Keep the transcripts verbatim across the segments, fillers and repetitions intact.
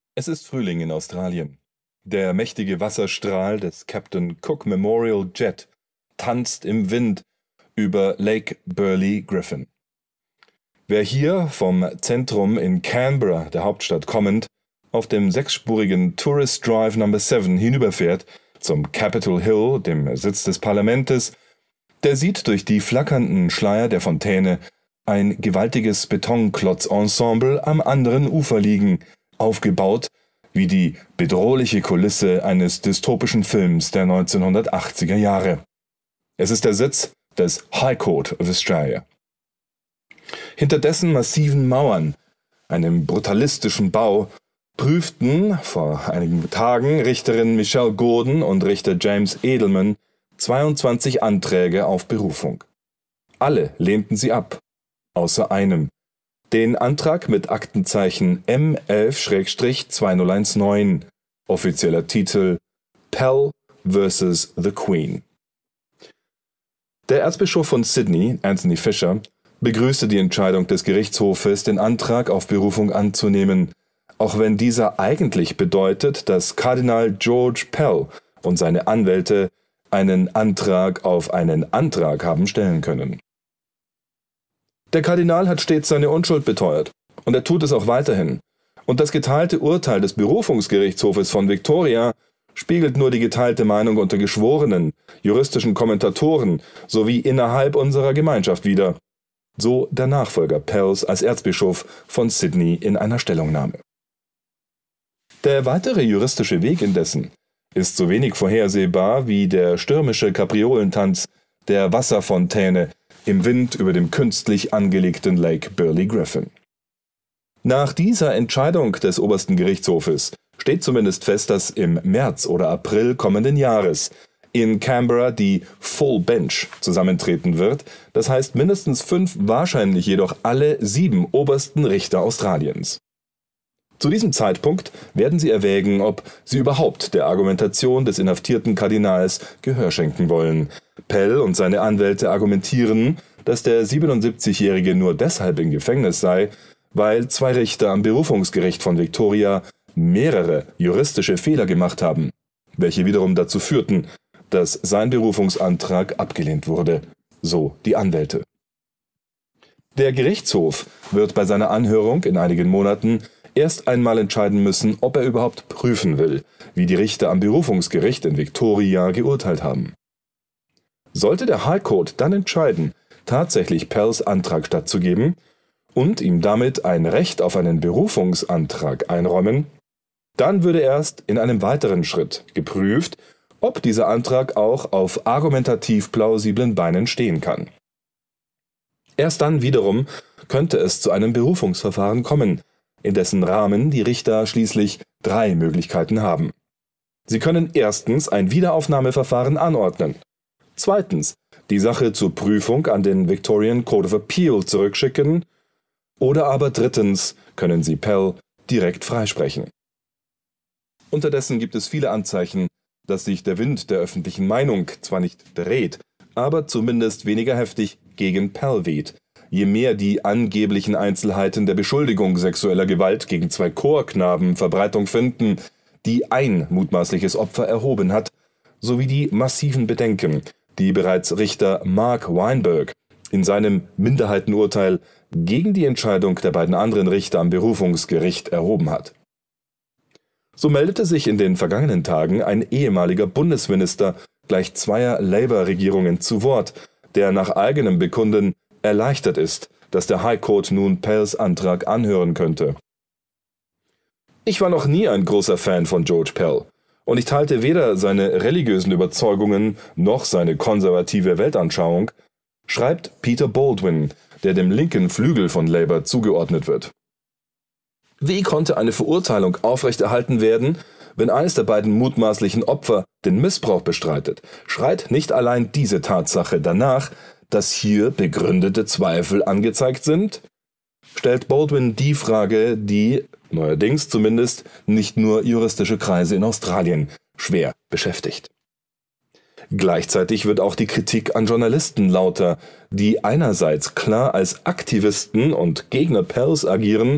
Es ist Frühling in Australien. Der mächtige Wasserstrahl des Captain Cook Memorial Jet tanzt im Wind über Lake Burley Griffin. Wer hier vom Zentrum in Canberra, der Hauptstadt kommend, auf dem sechsspurigen Tourist Drive Number sieben hinüberfährt zum Capitol Hill, dem Sitz des Parlamentes, der sieht durch die flackernden Schleier der Fontäne ein gewaltiges Betonklotz-Ensemble am anderen Ufer liegen, aufgebaut wie die bedrohliche Kulisse eines dystopischen Films der neunzehnhundertachtziger Jahre. Es ist der Sitz des High Court of Australia. Hinter dessen massiven Mauern, einem brutalistischen Bau, prüften vor einigen Tagen Richterin Michelle Gordon und Richter James Edelman zweiundzwanzig Anträge auf Berufung. Alle lehnten sie ab, außer einem, den Antrag mit Aktenzeichen M elf zweitausendneunzehn, offizieller Titel Pell versus the Queen. Der Erzbischof von Sydney, Anthony Fisher, begrüßte die Entscheidung des Gerichtshofes, den Antrag auf Berufung anzunehmen, auch wenn dieser eigentlich bedeutet, dass Kardinal George Pell und seine Anwälte einen Antrag auf einen Antrag haben stellen können. Der Kardinal hat stets seine Unschuld beteuert, und er tut es auch weiterhin. Und das geteilte Urteil des Berufungsgerichtshofes von Victoria spiegelt nur die geteilte Meinung unter Geschworenen, juristischen Kommentatoren sowie innerhalb unserer Gemeinschaft wider. So der Nachfolger Pells als Erzbischof von Sydney in einer Stellungnahme. Der weitere juristische Weg indessen ist so wenig vorhersehbar wie der stürmische Kapriolentanz der Wasserfontäne im Wind über dem künstlich angelegten Lake Burley Griffin. Nach dieser Entscheidung des obersten Gerichtshofes steht zumindest fest, dass im März oder April kommenden Jahres in Canberra die Full Bench zusammentreten wird, das heißt mindestens fünf, wahrscheinlich jedoch alle sieben obersten Richter Australiens. Zu diesem Zeitpunkt werden sie erwägen, ob sie überhaupt der Argumentation des inhaftierten Kardinals Gehör schenken wollen. Pell und seine Anwälte argumentieren, dass der siebenundsiebzigjährige nur deshalb im Gefängnis sei, weil zwei Richter am Berufungsgericht von Victoria mehrere juristische Fehler gemacht haben, welche wiederum dazu führten, dass sein Berufungsantrag abgelehnt wurde, so die Anwälte. Der Gerichtshof wird bei seiner Anhörung in einigen Monaten erst einmal entscheiden müssen, ob er überhaupt prüfen will, wie die Richter am Berufungsgericht in Victoria geurteilt haben. Sollte der High Court dann entscheiden, tatsächlich Pells Antrag stattzugeben und ihm damit ein Recht auf einen Berufungsantrag einräumen, dann würde erst in einem weiteren Schritt geprüft, ob dieser Antrag auch auf argumentativ plausiblen Beinen stehen kann. Erst dann wiederum könnte es zu einem Berufungsverfahren kommen, in dessen Rahmen die Richter schließlich drei Möglichkeiten haben. Sie können erstens ein Wiederaufnahmeverfahren anordnen, zweitens die Sache zur Prüfung an den Victorian Court of Appeal zurückschicken oder aber drittens können sie Pell direkt freisprechen. Unterdessen gibt es viele Anzeichen, dass sich der Wind der öffentlichen Meinung zwar nicht dreht, aber zumindest weniger heftig gegen Pell weht, je mehr die angeblichen Einzelheiten der Beschuldigung sexueller Gewalt gegen zwei Chorknaben Verbreitung finden, die ein mutmaßliches Opfer erhoben hat, sowie die massiven Bedenken, die bereits Richter Mark Weinberg in seinem Minderheitenurteil gegen die Entscheidung der beiden anderen Richter am Berufungsgericht erhoben hat. So meldete sich in den vergangenen Tagen ein ehemaliger Bundesminister gleich zweier Labour-Regierungen zu Wort, der nach eigenem Bekunden erleichtert ist, dass der High Court nun Pells Antrag anhören könnte. Ich war noch nie ein großer Fan von George Pell und ich teilte weder seine religiösen Überzeugungen noch seine konservative Weltanschauung, schreibt Peter Baldwin, der dem linken Flügel von Labour zugeordnet wird. Wie konnte eine Verurteilung aufrechterhalten werden, wenn eines der beiden mutmaßlichen Opfer den Missbrauch bestreitet? Schreit nicht allein diese Tatsache danach, dass hier begründete Zweifel angezeigt sind? Stellt Baldwin die Frage, die, neuerdings zumindest, nicht nur juristische Kreise in Australien schwer beschäftigt. Gleichzeitig wird auch die Kritik an Journalisten lauter, die einerseits klar als Aktivisten und Gegner Pells agieren,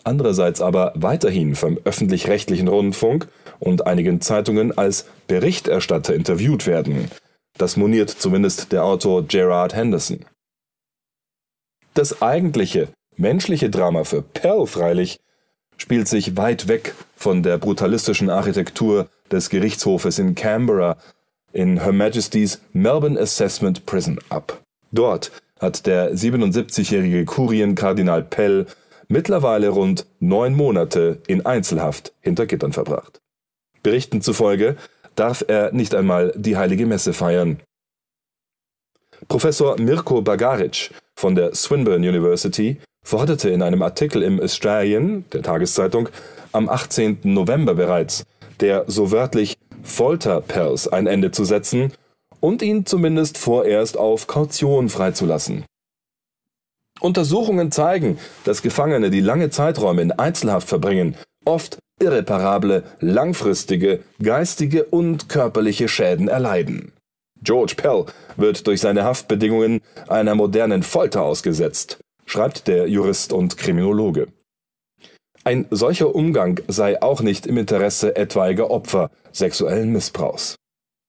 andererseits aber weiterhin vom öffentlich-rechtlichen Rundfunk und einigen Zeitungen als Berichterstatter interviewt werden. Das moniert zumindest der Autor Gerard Henderson. Das eigentliche menschliche Drama für Pell freilich spielt sich weit weg von der brutalistischen Architektur des Gerichtshofes in Canberra in Her Majesty's Melbourne Assessment Prison ab. Dort hat der siebenundsiebzigjährige Kurienkardinal Pell mittlerweile rund neun Monate in Einzelhaft hinter Gittern verbracht. Berichten zufolge darf er nicht einmal die Heilige Messe feiern. Professor Mirko Bagaric von der Swinburne University forderte in einem Artikel im Australian, der Tageszeitung, am achtzehnten November bereits, der so wörtlich Folter-Pells ein Ende zu setzen und ihn zumindest vorerst auf Kaution freizulassen. Untersuchungen zeigen, dass Gefangene, die lange Zeiträume in Einzelhaft verbringen, oft irreparable, langfristige, geistige und körperliche Schäden erleiden. George Pell wird durch seine Haftbedingungen einer modernen Folter ausgesetzt, schreibt der Jurist und Kriminologe. Ein solcher Umgang sei auch nicht im Interesse etwaiger Opfer sexuellen Missbrauchs.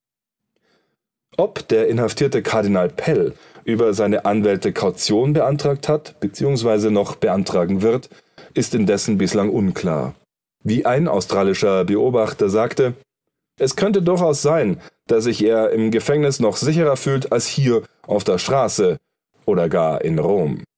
Ob der inhaftierte Kardinal Pell über seine Anwälte Kaution beantragt hat bzw. noch beantragen wird, ist indessen bislang unklar. Wie ein australischer Beobachter sagte, es könnte durchaus sein, dass sich er im Gefängnis noch sicherer fühlt als hier auf der Straße oder gar in Rom.